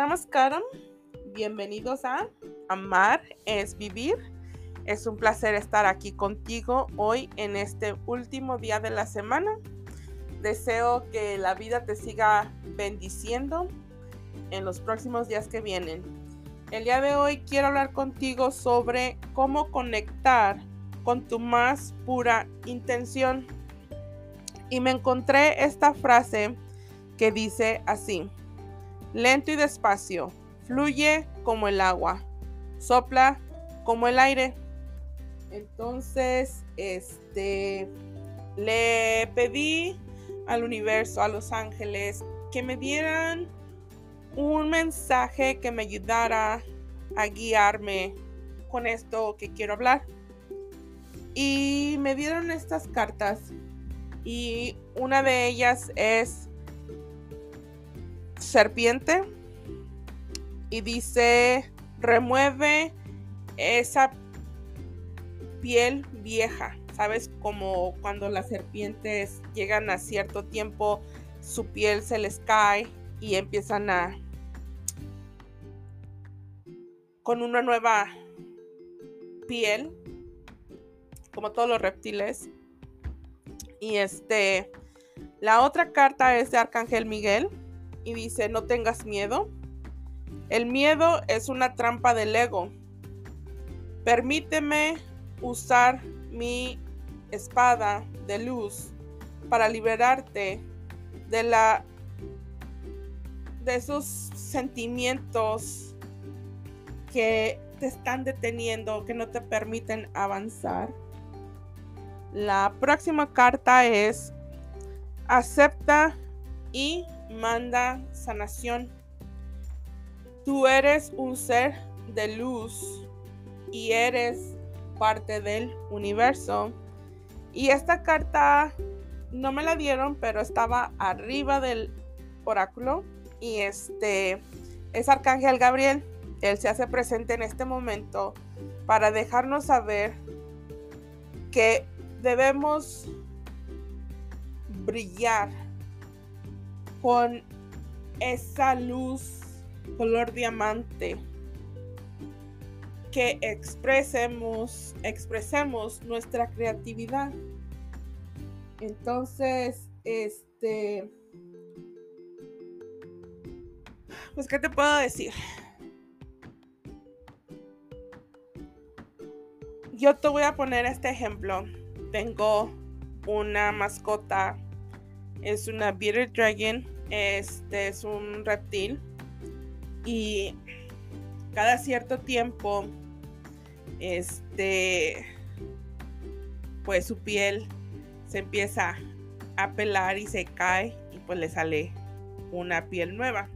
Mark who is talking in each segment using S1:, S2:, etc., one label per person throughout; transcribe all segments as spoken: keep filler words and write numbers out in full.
S1: Namaskaram, bienvenidos a Amar es Vivir. Es un placer estar aquí contigo hoy en este último día de la semana. Deseo que la vida te siga bendiciendo en los próximos días que vienen. El día de hoy quiero hablar contigo sobre cómo conectar con tu más pura intención. Y me encontré esta frase que dice así: lento y despacio, fluye como el agua, sopla como el aire. Entonces, este, le pedí al universo, a los ángeles, que me dieran un mensaje que me ayudara a guiarme con esto que quiero hablar. Y me dieron estas cartas y una de ellas es serpiente y dice: remueve esa piel vieja. ¿Sabes? Como cuando las serpientes llegan a cierto tiempo, su piel se les cae y empiezan a con una nueva piel, como todos los reptiles. Y este, la otra carta es de Arcángel Miguel y dice: no tengas miedo. El miedo es una trampa del ego. Permíteme usar mi espada de luz para liberarte de la de esos sentimientos que te están deteniendo, que no te permiten avanzar. La próxima carta es acepta y manda sanación. Tú eres un ser de luz y eres parte del universo. Y esta carta no me la dieron, pero estaba arriba del oráculo y este es Arcángel Gabriel. Él se hace presente en este momento para dejarnos saber que debemos brillar con esa luz color diamante, que expresemos, expresemos nuestra creatividad. Entonces, este, pues, ¿qué te puedo decir? Yo te voy a poner este ejemplo. Tengo una mascota, es una bearded dragon, este es un reptil y cada cierto tiempo, este, pues su piel se empieza a pelar y se cae y pues le sale una piel nueva.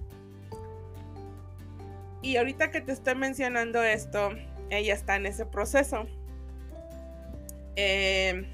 S1: Y ahorita que te estoy mencionando esto, ella está en ese proceso. Eh,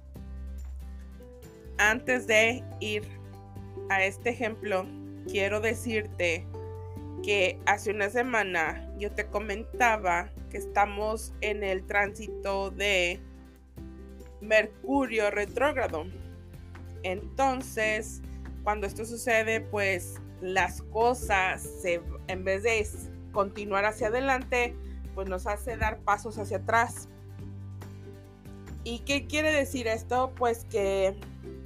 S1: antes de ir a este ejemplo, quiero decirte que hace una semana yo te comentaba que estamos en el tránsito de Mercurio retrógrado. Entonces, cuando esto sucede, pues las cosas, se, en vez de continuar hacia adelante, pues nos hace dar pasos hacia atrás. ¿Y qué quiere decir esto? Pues que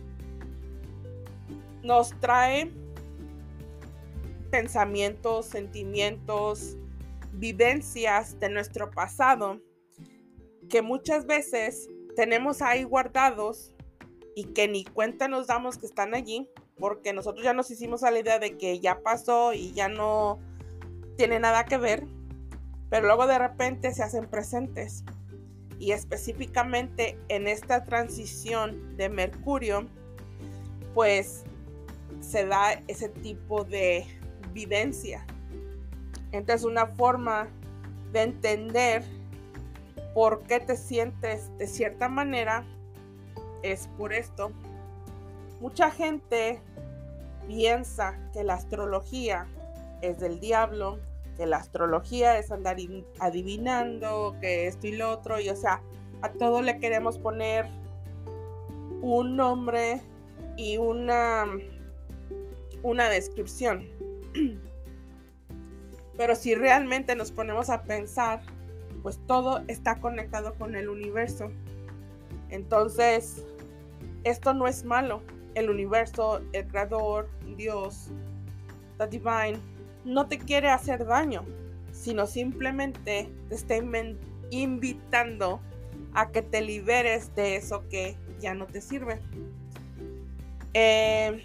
S1: nos trae pensamientos, sentimientos, vivencias de nuestro pasado que muchas veces tenemos ahí guardados y que ni cuenta nos damos que están allí, porque nosotros ya nos hicimos a la idea de que ya pasó y ya no tiene nada que ver, pero luego de repente se hacen presentes. Y específicamente en esta transición de Mercurio, pues se da ese tipo de vivencia. Entonces, una forma de entender por qué te sientes de cierta manera es por esto. Mucha gente piensa que la astrología es del diablo, que la astrología es andar adivinando, que esto y lo otro, y o sea, a todo le queremos poner un nombre y una, una descripción. Pero si realmente nos ponemos a pensar, pues todo está conectado con el universo. Entonces, esto no es malo. El universo, el creador, Dios, the divine, no te quiere hacer daño, sino simplemente te está invitando a que te liberes de eso que ya no te sirve. Eh,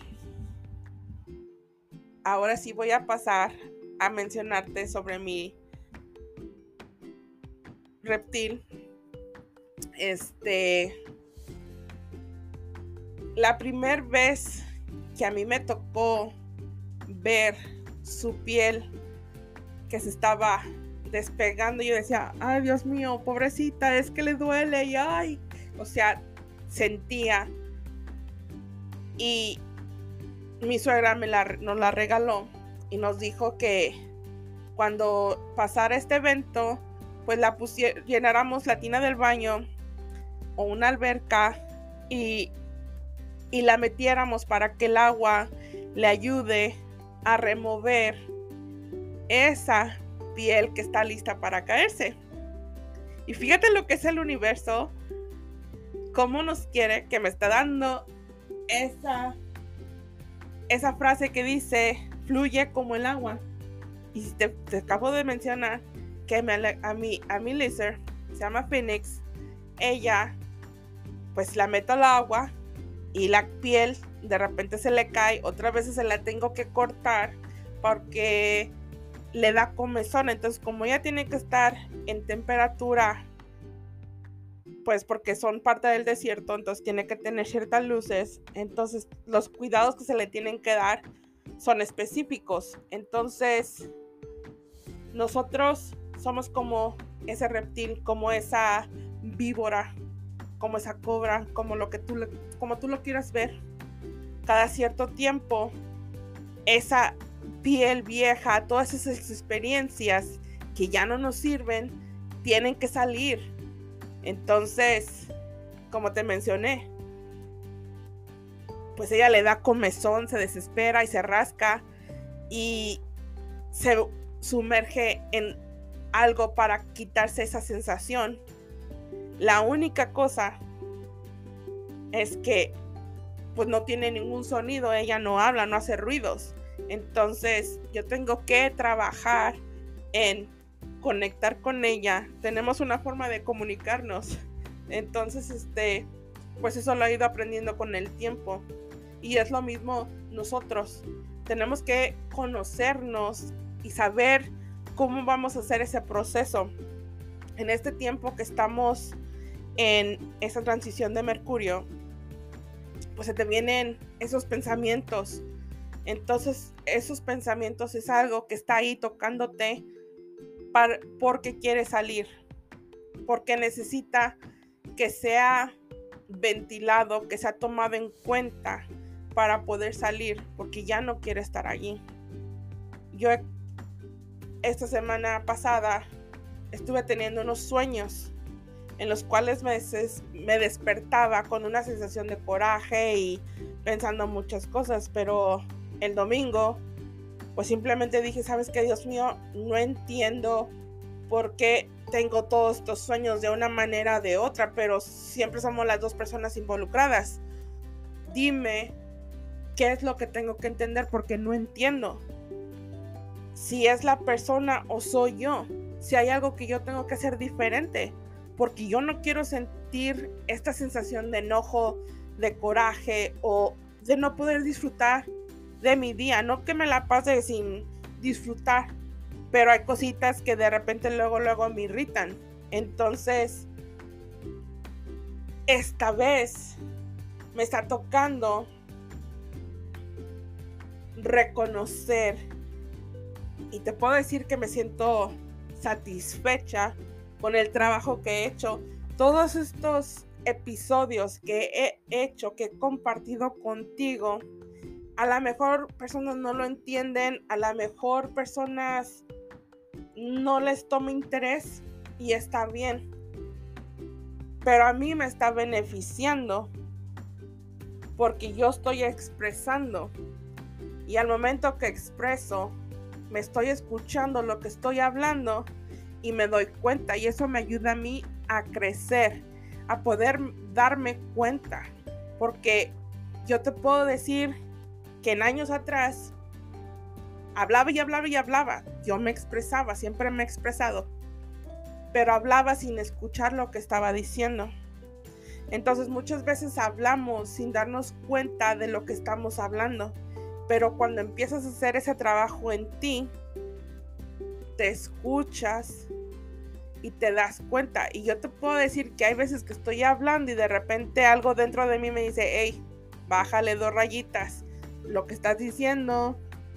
S1: ahora sí voy a pasar a mencionarte sobre mi reptil. Este, la primera vez que a mí me tocó ver su piel que se estaba despegando, yo decía, ay Dios mío, pobrecita, es que le duele y ay, o sea, sentía. Y mi suegra me la, nos la regaló y nos dijo que cuando pasara este evento, pues la pusiera, llenáramos la tina del baño o una alberca y, y la metiéramos para que el agua le ayude a remover esa piel que está lista para caerse. Y fíjate lo que es el universo, cómo nos quiere, que me está dando esa, esa frase que dice, fluye como el agua. Y te, te acabo de mencionar que me, a mi, a mi lizard, se llama Phoenix, ella, pues la meto al agua y la piel de repente se le cae, otras veces se la tengo que cortar porque le da comezón. Entonces, como ella tiene que estar en temperatura, pues porque son parte del desierto, entonces tiene que tener ciertas luces, entonces los cuidados que se le tienen que dar son específicos. Entonces, nosotros somos como ese reptil, como esa víbora, como esa cobra, como lo que tú, como tú lo quieras ver. Cada cierto tiempo, esa piel vieja, todas esas experiencias que ya no nos sirven, tienen que salir. Entonces, como te mencioné, pues ella le da comezón, se desespera y se rasca y se sumerge en algo para quitarse esa sensación. La única cosa es que pues no tiene ningún sonido, ella no habla, no hace ruidos. Entonces yo tengo que trabajar en conectar con ella. Tenemos una forma de comunicarnos. Entonces, este, pues eso lo he ido aprendiendo con el tiempo. Y es lo mismo nosotros. Tenemos que conocernos y saber cómo vamos a hacer ese proceso. En este tiempo que estamos en esa transición de Mercurio, pues se te vienen esos pensamientos. Entonces, esos pensamientos es algo que está ahí tocándote para, porque quiere salir, porque necesita que sea ventilado, que sea tomado en cuenta para poder salir, porque ya no quiere estar allí. Yo esta semana pasada estuve teniendo unos sueños en los cuales me, me despertaba con una sensación de coraje y pensando muchas cosas, pero el domingo pues simplemente dije, ¿sabes qué, Dios mío? No entiendo por qué tengo todos estos sueños de una manera o de otra, pero siempre somos las dos personas involucradas. Dime qué es lo que tengo que entender, porque no entiendo si es la persona o soy yo, si hay algo que yo tengo que hacer diferente, porque yo no quiero sentir esta sensación de enojo, de coraje o de no poder disfrutar de mi día. No que me la pase sin disfrutar, pero hay cositas que de repente luego luego me irritan. Entonces, esta vez me está tocando reconocer, y te puedo decir que me siento satisfecha con el trabajo que he hecho. Todos estos episodios que he hecho, que he compartido contigo, a lo mejor personas no lo entienden, a lo mejor personas no les toma interés y está bien, pero a mí me está beneficiando porque yo estoy expresando, y al momento que expreso me estoy escuchando lo que estoy hablando y me doy cuenta, y eso me ayuda a mí a crecer, a poder darme cuenta, porque yo te puedo decir que en años atrás hablaba y hablaba y hablaba, yo me expresaba, siempre me he expresado, pero hablaba sin escuchar lo que estaba diciendo. Entonces muchas veces hablamos sin darnos cuenta de lo que estamos hablando, pero cuando empiezas a hacer ese trabajo en ti, te escuchas y te das cuenta. Y yo te puedo decir que hay veces que estoy hablando y de repente algo dentro de mí me dice, hey, bájale dos rayitas, lo que estás diciendo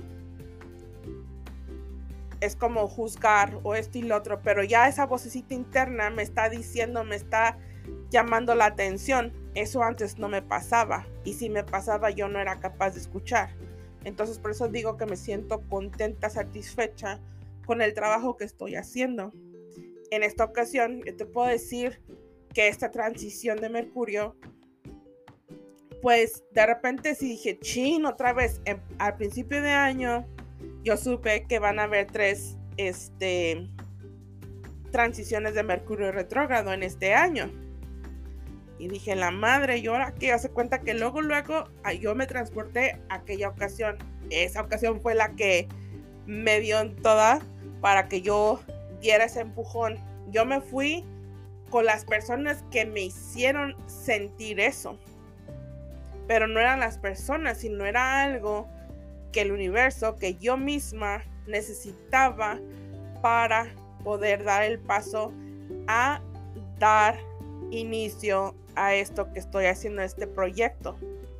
S1: es como juzgar o esto y lo otro, pero ya esa vocecita interna me está diciendo, me está llamando la atención. Eso antes no me pasaba, y si me pasaba yo no era capaz de escuchar. Entonces por eso digo que me siento contenta, satisfecha con el trabajo que estoy haciendo. En esta ocasión yo te puedo decir que esta transición de Mercurio, pues de repente sí dije, chin, otra vez, en, al principio de año yo supe que van a haber tres este, transiciones de Mercurio retrógrado en este año. Y dije, la madre, y ahora que hace cuenta que luego, luego yo me transporté a aquella ocasión. Esa ocasión fue la que me dio en toda para que yo diera ese empujón. Yo me fui con las personas que me hicieron sentir eso. Pero no eran las personas, sino era algo que el universo, que yo misma necesitaba para poder dar el paso a dar inicio a esto que estoy haciendo, este proyecto.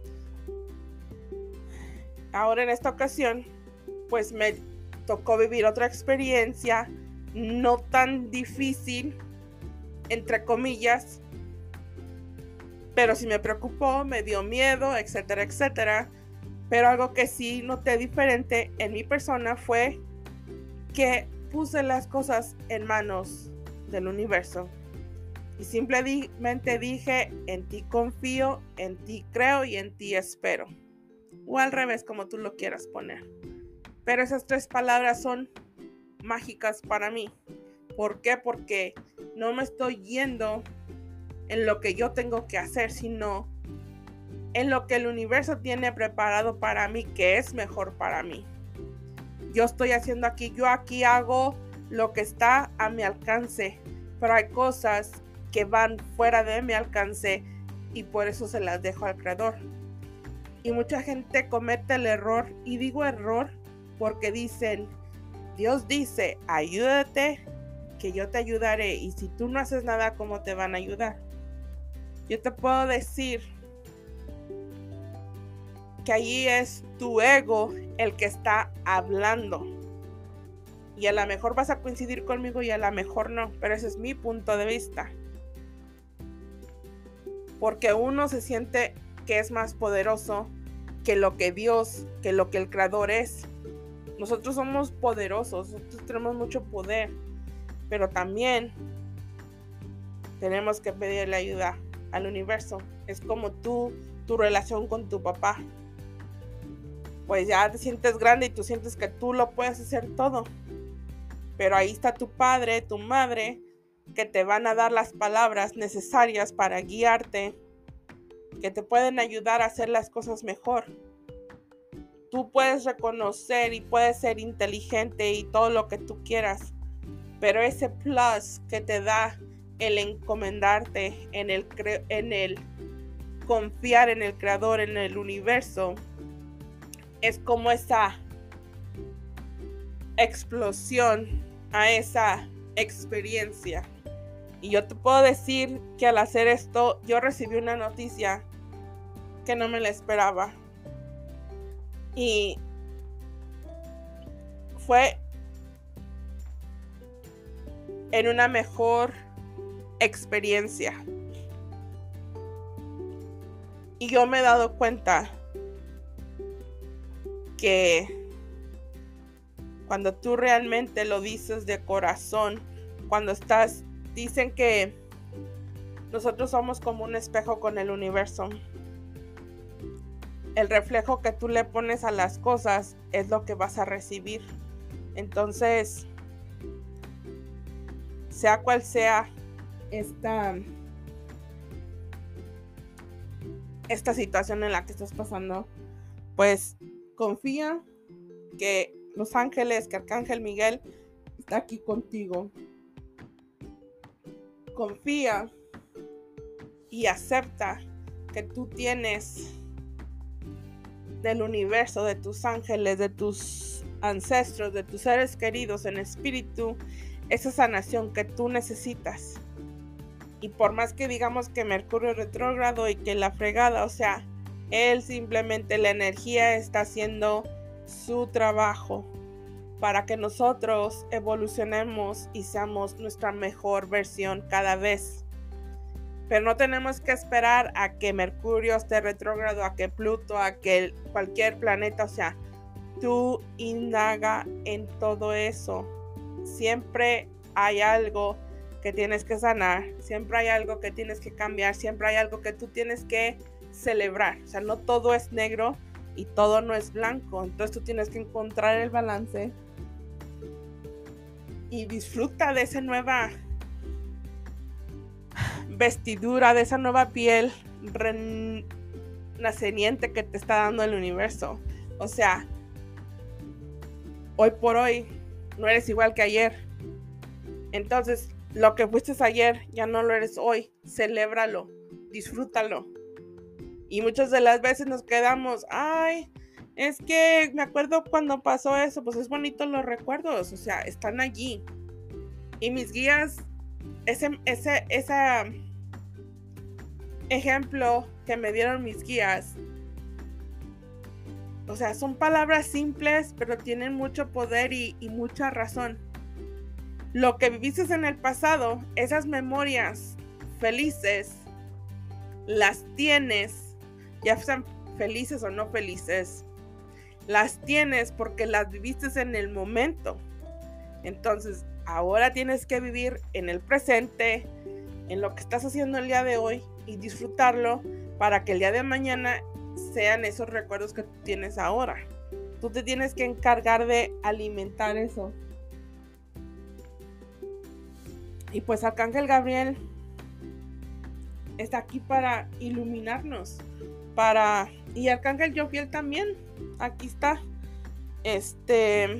S1: Ahora en esta ocasión, pues me tocó vivir otra experiencia no tan difícil, entre comillas, pero sí me preocupó, me dio miedo, etcétera, etcétera. Pero algo que sí noté diferente en mi persona fue que puse las cosas en manos del universo. Y simplemente dije, en ti confío, en ti creo y en ti espero. O al revés, como tú lo quieras poner. Pero esas tres palabras son mágicas para mí. ¿Por qué? Porque no me estoy yendo en lo que yo tengo que hacer, sino en lo que el universo tiene preparado para mí, que es mejor para mí. Yo estoy haciendo aquí, yo aquí hago lo que está a mi alcance, pero hay cosas que van fuera de mi alcance y por eso se las dejo al creador. Y mucha gente comete el error, y digo error porque dicen, Dios dice, ayúdate que yo te ayudaré, y si tú no haces nada, ¿cómo te van a ayudar? Yo te puedo decir que allí es tu ego el que está hablando. Y a lo mejor vas a coincidir conmigo y a lo mejor no, pero ese es mi punto de vista. Porque uno se siente que es más poderoso que lo que Dios, que lo que el Creador es. Nosotros somos poderosos, nosotros tenemos mucho poder, pero también tenemos que pedirle ayuda al universo. Es como tú, tu relación con tu papá. Pues ya te sientes grande y tú sientes que tú lo puedes hacer todo. Pero ahí está tu padre, tu madre, que te van a dar las palabras necesarias para guiarte, que te pueden ayudar a hacer las cosas mejor. Tú puedes reconocer y puedes ser inteligente y todo lo que tú quieras, pero ese plus que te da el encomendarte en el, cre- en el confiar en el Creador, en el universo, es como esa explosión a esa experiencia. Y yo te puedo decir que al hacer esto, yo recibí una noticia que no me la esperaba. Y fue en una mejor experiencia. Y yo me he dado cuenta que cuando tú realmente lo dices de corazón, cuando estás, dicen que nosotros somos como un espejo con el universo. El reflejo que tú le pones a las cosas es lo que vas a recibir. Entonces, sea cual sea esta, esta situación en la que estás pasando, pues confía que los ángeles, que Arcángel Miguel está aquí contigo. Confía y acepta que tú tienes del universo, de tus ángeles, de tus ancestros, de tus seres queridos en espíritu, esa sanación que tú necesitas. Y por más que digamos que Mercurio retrógrado y que la fregada, o sea, él simplemente, la energía está haciendo su trabajo para que nosotros evolucionemos y seamos nuestra mejor versión cada vez. Pero no tenemos que esperar a que Mercurio esté retrógrado, a que Pluto, a que cualquier planeta, o sea, tú indaga en todo eso. Siempre hay algo que tienes que sanar, siempre hay algo que tienes que cambiar, siempre hay algo que tú tienes que celebrar. O sea, no todo es negro y todo no es blanco. Entonces tú tienes que encontrar el balance y disfruta de esa nueva vestidura, de esa nueva piel renaceniente que te está dando el universo. O sea, hoy por hoy no eres igual que ayer. Entonces, lo que fuiste ayer ya no lo eres hoy. Celébralo, disfrútalo. Y muchas de las veces nos quedamos, ay, es que me acuerdo cuando pasó eso. Pues es bonito los recuerdos, o sea, están allí. Y mis guías, ese, ese, ese ejemplo que me dieron mis guías, o sea, son palabras simples, pero tienen mucho poder y, y mucha razón. Lo que viviste en el pasado, esas memorias felices, las tienes, ya sean felices o no felices, las tienes porque las viviste en el momento. Entonces, ahora tienes que vivir en el presente, en lo que estás haciendo el día de hoy y disfrutarlo para que el día de mañana sean esos recuerdos que tú tienes ahora. Tú te tienes que encargar de alimentar eso. Y pues Arcángel Gabriel está aquí para iluminarnos, para y Arcángel Jofiel también, aquí está. Este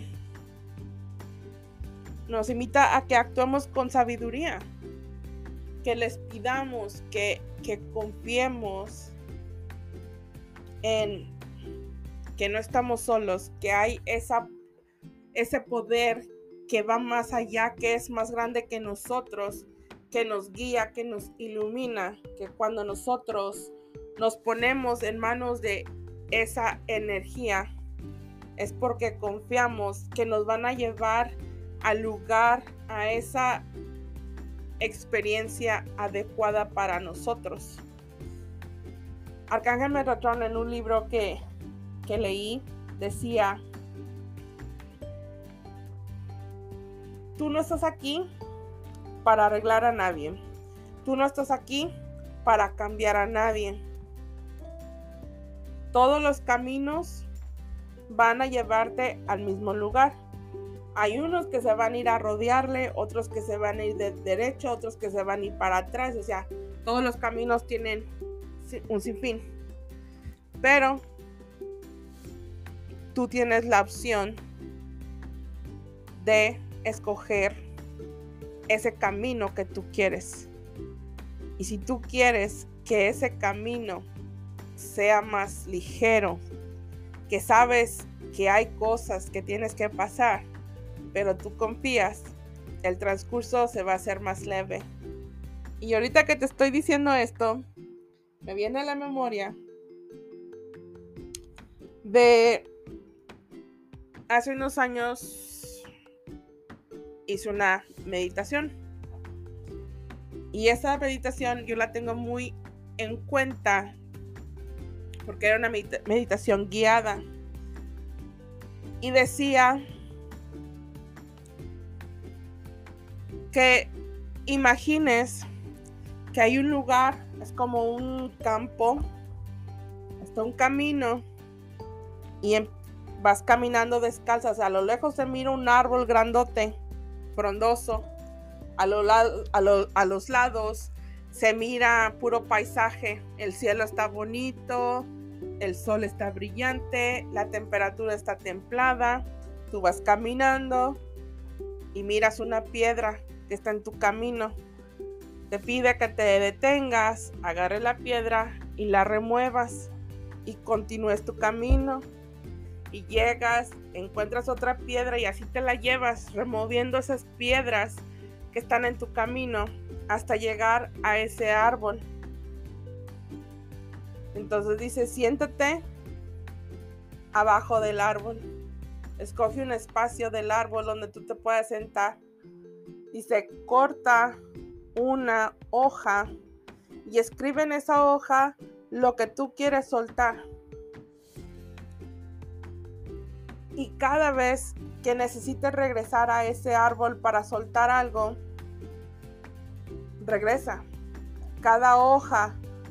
S1: nos invita a que actuemos con sabiduría, que les pidamos, que, que confiemos en que no estamos solos, que hay esa, ese poder que va más allá, que es más grande que nosotros, que nos guía, que nos ilumina, que cuando nosotros nos ponemos en manos de esa energía, es porque confiamos que nos van a llevar al lugar, a esa experiencia adecuada para nosotros. Arcángel Metatron, en un libro que, que leí, decía: tú no estás aquí para arreglar a nadie. Tú no estás aquí para cambiar a nadie. Todos los caminos van a llevarte al mismo lugar. Hay unos que se van a ir a rodearle, otros que se van a ir de derecho, otros que se van a ir para atrás. O sea, todos los caminos tienen un sinfín. Pero tú tienes la opción de escoger ese camino que tú quieres. Y si tú quieres que ese camino sea más ligero, que sabes que hay cosas que tienes que pasar, pero tú confías, el transcurso se va a hacer más leve. Y ahorita que te estoy diciendo esto, me viene a la memoria de hace unos años hice una meditación. Y esa meditación yo la tengo muy en cuenta porque era una medita- meditación guiada. Y decía que imagines que hay un lugar, es como un campo, está un camino, y en, vas caminando descalzas, a lo lejos se mira un árbol grandote, frondoso, a, lo, a, lo, a los lados se mira puro paisaje, el cielo está bonito, el sol está brillante, la temperatura está templada, tú vas caminando y miras una piedra que está en tu camino. Te pide que te detengas, agarres la piedra y la remuevas y continúes tu camino. Y llegas, encuentras otra piedra y así te la llevas, removiendo esas piedras que están en tu camino hasta llegar a ese árbol. Entonces dice, siéntate abajo del árbol. Escoge un espacio del árbol donde tú te puedas sentar. Dice, corta una hoja y escribe en esa hoja lo que tú quieres soltar. Y cada vez que necesites regresar a ese árbol para soltar algo, regresa. Cada hoja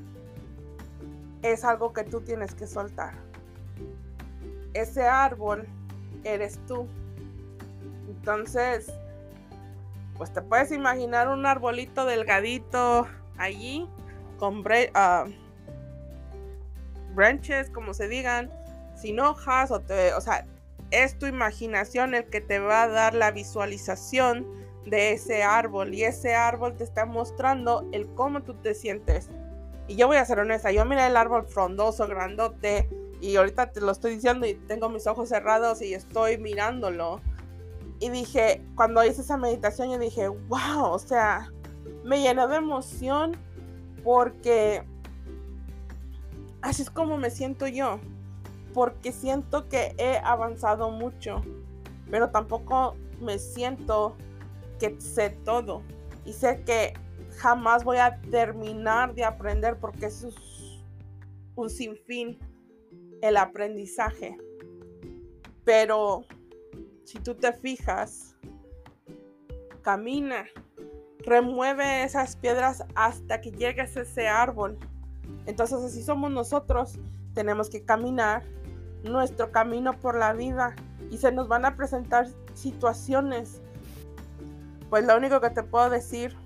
S1: es algo que tú tienes que soltar. Ese árbol eres tú. Entonces, pues te puedes imaginar un arbolito delgadito allí, con bre- uh, branches, como se digan, sin hojas, o, te, o sea, es tu imaginación el que te va a dar la visualización de ese árbol, y ese árbol te está mostrando el cómo tú te sientes. Y yo voy a ser honesta, yo miré el árbol frondoso, grandote, y ahorita te lo estoy diciendo y tengo mis ojos cerrados y estoy mirándolo. Y dije, cuando hice esa meditación, yo dije, wow, o sea, me llenó de emoción porque así es como me siento yo. Porque siento que he avanzado mucho, pero tampoco me siento que sé todo. Y sé que jamás voy a terminar de aprender porque eso es un sinfín, el aprendizaje. Pero si tú te fijas, camina, remueve esas piedras hasta que llegues a ese árbol. Entonces así somos nosotros, tenemos que caminar nuestro camino por la vida y se nos van a presentar situaciones. Pues lo único que te puedo decir,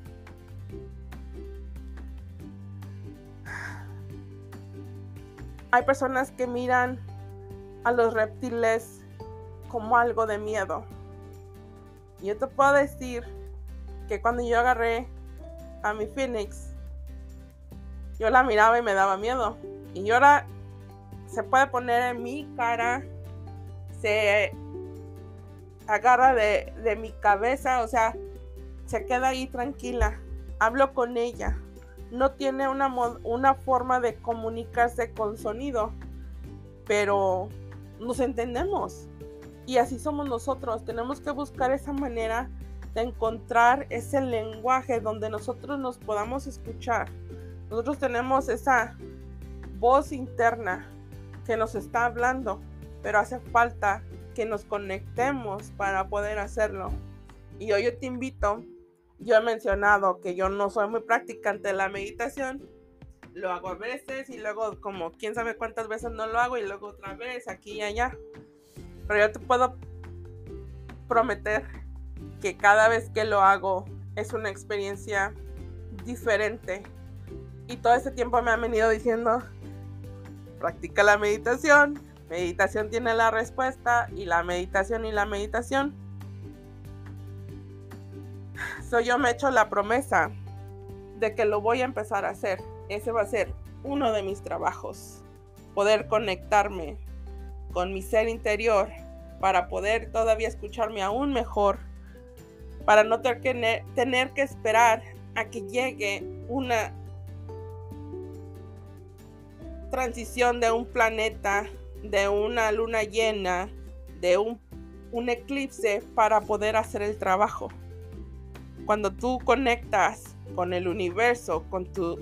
S1: hay personas que miran a los reptiles como algo de miedo. Y yo te puedo decir que cuando yo agarré a mi Phoenix, yo la miraba y me daba miedo. Y ahora se puede poner en mi cara, se agarra de, de mi cabeza, o sea, se queda ahí tranquila. Hablo con ella. No tiene una, una forma de comunicarse con sonido, pero nos entendemos. Y así somos nosotros. Tenemos que buscar esa manera de encontrar ese lenguaje donde nosotros nos podamos escuchar. Nosotros tenemos esa voz interna que nos está hablando, pero hace falta que nos conectemos para poder hacerlo. Y hoy yo te invito, yo he mencionado que yo no soy muy practicante de la meditación, lo hago a veces y luego como quién sabe cuántas veces no lo hago y luego otra vez aquí y allá, pero yo te puedo prometer que cada vez que lo hago es una experiencia diferente. Y todo este tiempo me han venido diciendo, practica la meditación, meditación tiene la respuesta, y la meditación y la meditación. So, yo me he hecho la promesa de que lo voy a empezar a hacer. Ese va a ser uno de mis trabajos, poder conectarme con mi ser interior para poder todavía escucharme aún mejor, para no tener que, tener que esperar a que llegue una transición de un planeta, de una luna llena, de un, un eclipse para poder hacer el trabajo. Cuando tú conectas con el universo, con tu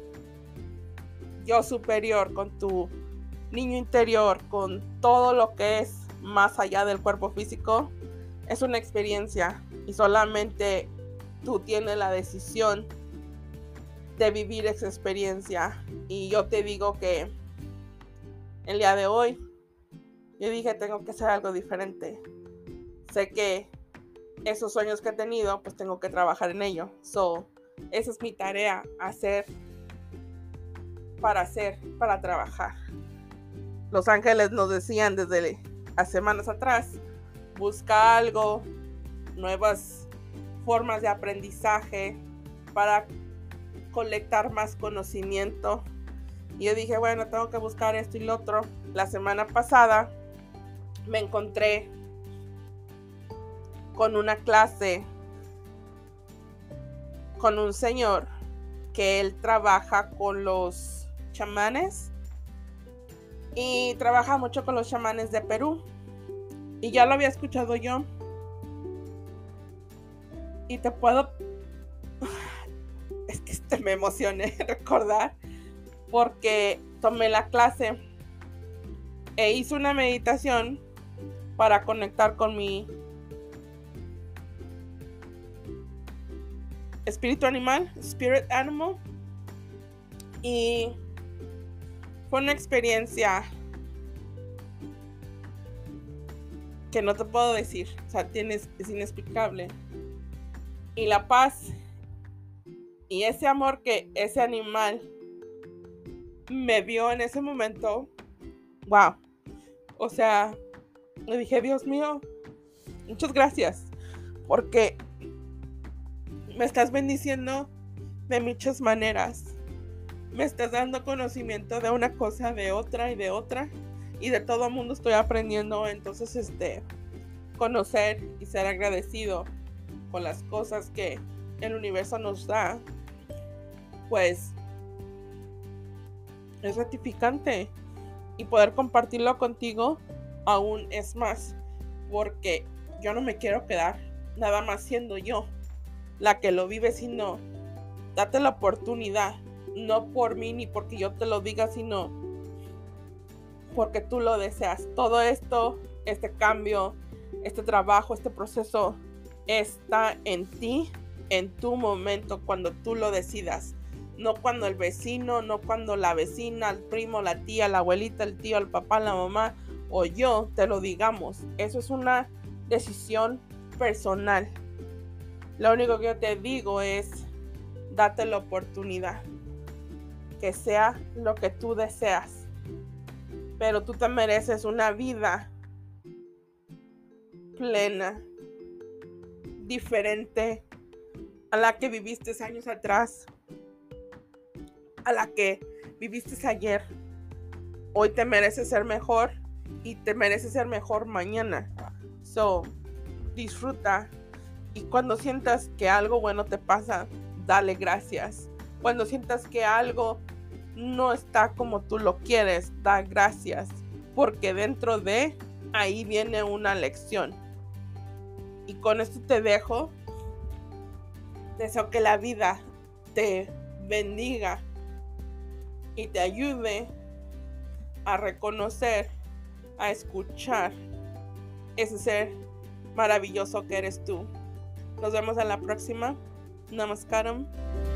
S1: yo superior, con tu niño interior, con todo lo que es más allá del cuerpo físico, es una experiencia y solamente tú tienes la decisión de vivir esa experiencia. Y yo te digo que el día de hoy Yo dije, tengo que hacer algo diferente. Sé que esos sueños que he tenido, pues tengo que trabajar en ello. So, esa es mi tarea, hacer para hacer, para trabajar. Los ángeles nos decían desde hace semanas atrás, busca algo, nuevas formas de aprendizaje para colectar más conocimiento. Y yo dije, bueno, tengo que buscar esto y lo otro. La semana pasada me encontré con una clase con un señor que él trabaja con los chamanes y trabaja mucho con los chamanes de Perú. Y ya lo había escuchado yo. Y te puedo... Es que este me emocioné recordar porque tomé la clase e hice una meditación para conectar con mi espíritu animal, spirit animal, y fue una experiencia que no te puedo decir, o sea, tienes, es inexplicable. Y la paz y ese amor que ese animal me dio en ese momento, wow. O sea, le dije, Dios mío, muchas gracias, porque me estás bendiciendo de muchas maneras. Me estás dando conocimiento de una cosa, de otra y de otra. Y de todo el mundo estoy aprendiendo. Entonces, este, conocer y ser agradecido con las cosas que el universo nos da, pues, es gratificante. Y poder compartirlo contigo aún es más. Porque yo no me quiero quedar nada más siendo yo la que lo vive, sino date la oportunidad, no por mí ni porque yo te lo diga, sino porque tú lo deseas. Todo esto, este cambio, este trabajo, este proceso está en ti, en tu momento, cuando tú lo decidas. No cuando el vecino, no cuando la vecina, el primo, la tía, la abuelita, el tío, el papá, la mamá o yo te lo digamos. Eso es una decisión personal. Lo único que yo te digo es, date la oportunidad, que sea lo que tú deseas. Pero tú te mereces una vida plena, diferente a la que viviste años atrás, a la que viviste ayer. Hoy te mereces ser mejor y te mereces ser mejor mañana. So, disfruta. Y cuando sientas que algo bueno te pasa, dale gracias. Cuando sientas que algo no está como tú lo quieres, da gracias. Porque dentro de ahí viene una lección. Y con esto te dejo. Deseo que la vida te bendiga y te ayude a reconocer, a escuchar ese ser maravilloso que eres tú. Nos vemos en la próxima. Namaskaram.